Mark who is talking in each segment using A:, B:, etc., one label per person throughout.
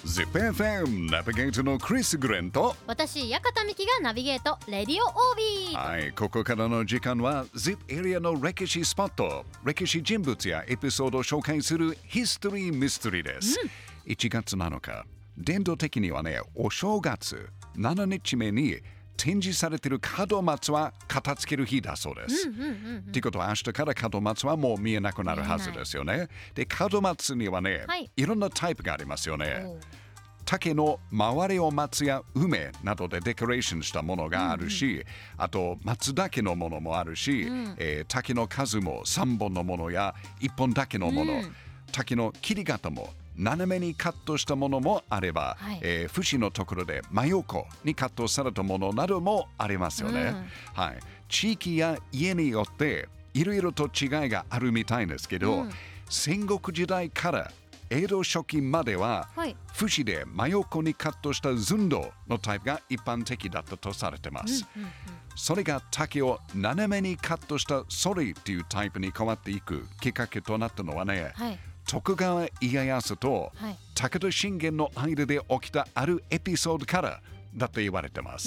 A: ZIPFM ナビゲートのクリス・グレンと
B: 私、館美希がナビゲートレディオ OB。
A: はい、ここからの時間は ZIP エリアの歴史スポット、歴史人物やエピソードを紹介するヒストリーミステリーです、1月7日、伝統的にはね、お正月7日目に展示されている門松は片付ける日だそうです。ということは明日から門松はもう見えなくなるはずですよね。で、門松にはね、いろんなタイプがありますよね。竹の周りを松や梅などでデコレーションしたものがあるし、あと松だけのものもあるし、竹の数も3本のものや1本だけのもの、竹の切り方も斜めにカットしたものもあれば、節のところで真横にカットされたものなどもありますよね、地域や家によっていろいろと違いがあるみたいですけど、戦国時代から江戸初期までは、節で真横にカットした寸胴のタイプが一般的だったとされています、それが竹を斜めにカットした反りというタイプに変わっていくきっかけとなったのはね、徳川家康と武田信玄の間で起きたあるエピソードからだと言われています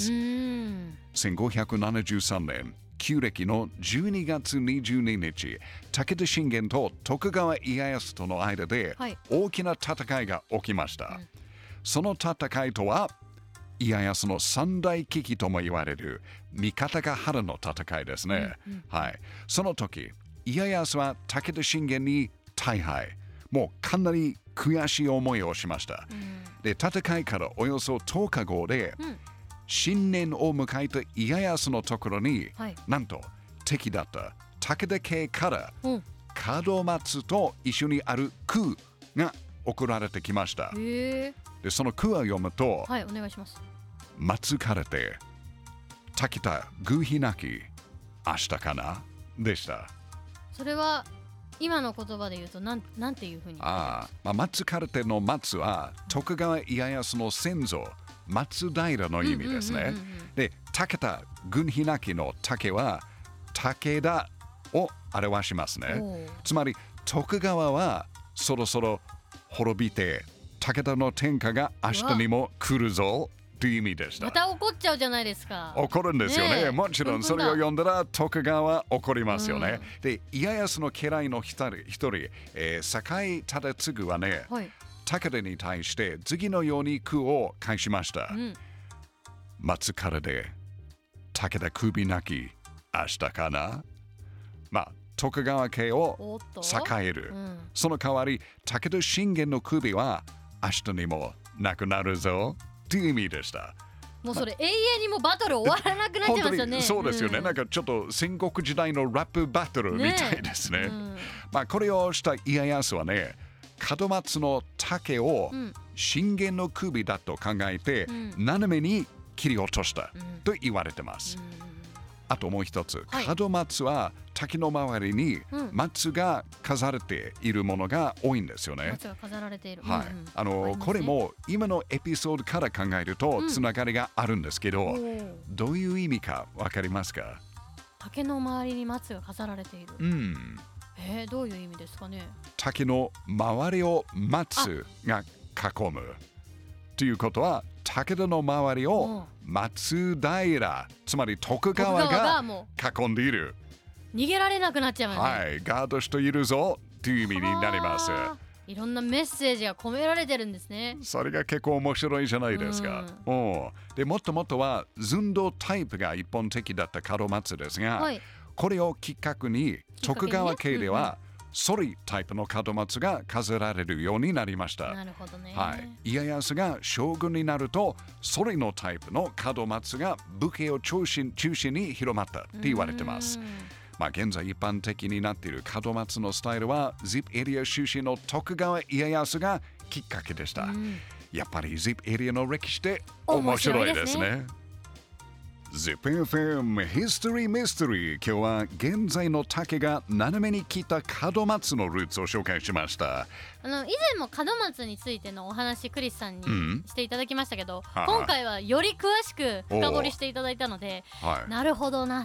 A: 。1573年、旧暦の12月22日、武田信玄と徳川家康との間で大きな戦いが起きました。その戦いとは、家康の三大危機とも言われる三方ヶ原の戦いですね。その時、家康は武田信玄に大敗。もうかなり悔しい思いをしました。で、戦いからおよそ10日後で、新年を迎えた家康のところに、なんと敵だった武田家から門松と一緒にある句が送られてきました。で、その句を読むと、
B: お願いします。
A: 松枯れて炊きたぐひなき明日かなでした。
B: それは今の言葉で言うとなんていうふうに。
A: 松枯れての松は徳川家康の先祖松平の意味ですね。で、竹田軍費なきの竹は武田を表しますね。つまり徳川はそろそろ滅びて武田の天下が明日にも来るぞという意味でした。
B: また怒っちゃうじゃないですか。
A: 怒るんですよね。もちろんそれを読んだら徳川は怒りますよね。で、家康の家来の一人、酒井忠次はね、武田に対して次のように句を返しました。松枯れで武田首なき明日かな。徳川家を栄える。その代わり武田信玄の首は明日にもなくなるぞという意味でした。
B: もうそれ永遠にもバトル終わらなくなっちゃいますよね。
A: そうですよね、なんかちょっと戦国時代のラップバトルみたいですね。これをした家康はね、門松の竹を信玄の首だと考えて、斜めに切り落としたと言われてます。あともう一つ、門松は竹の周りに松が飾られているものが多いんですよね。
B: 松が飾られている。
A: これも今のエピソードから考えるとつながりがあるんですけど、どういう意味かわかりますか？
B: 竹の周りに松が飾られている。どういう意味ですかね？
A: 竹の周りを松が囲むということは、武田の周りを松平、つまり徳川が囲んでいる。
B: 逃げられなくなっちゃいますね。
A: ガードしているぞという意味になります。
B: いろんなメッセージが込められてるんですね。
A: それが結構面白いじゃないですか。で、もっともっとは寸胴タイプが一本的だった門松ですが、これをきっかけに徳川家では反りタイプの門松が飾られるようになりました。
B: なるほどね。
A: 家康が将軍になると、反りのタイプの門松が武家を中心に広まったって言われてます。現在一般的になっている門松のスタイルは ZIP エリア出身の徳川家康がきっかけでした。やっぱり ZIP エリアの歴史って面白いですね。ZIPFM History Mystery、 今日は現在の竹が斜めに切った門松のルーツを紹介しました。
B: 以前も門松についてのお話クリスさんにしていただきましたけど、今回はより詳しく深掘りしていただいたので、なるほどなと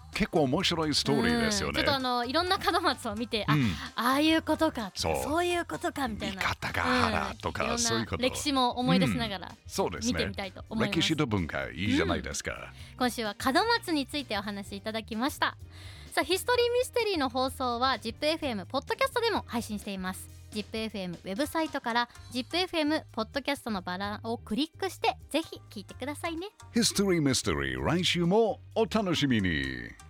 A: 結構面白いストーリーですよね。
B: ちょっといろんな門松を見て、ああいうことか、そういうことかみたいな。
A: 見方が原とか、そういうこと。
B: 歴史も思い出しながら見てみたいと思います。
A: 歴史と文化いいじゃないですか。
B: 今週は門松についてお話しいただきました。さあ、ヒストリーミステリーの放送は ZIPFM ポッドキャストでも配信しています。ZIPFM ウェブサイトから ZIPFM ポッドキャストのバナーをクリックしてぜひ聞いてくださいね。
A: ヒストリーミステリー、来週もお楽しみに。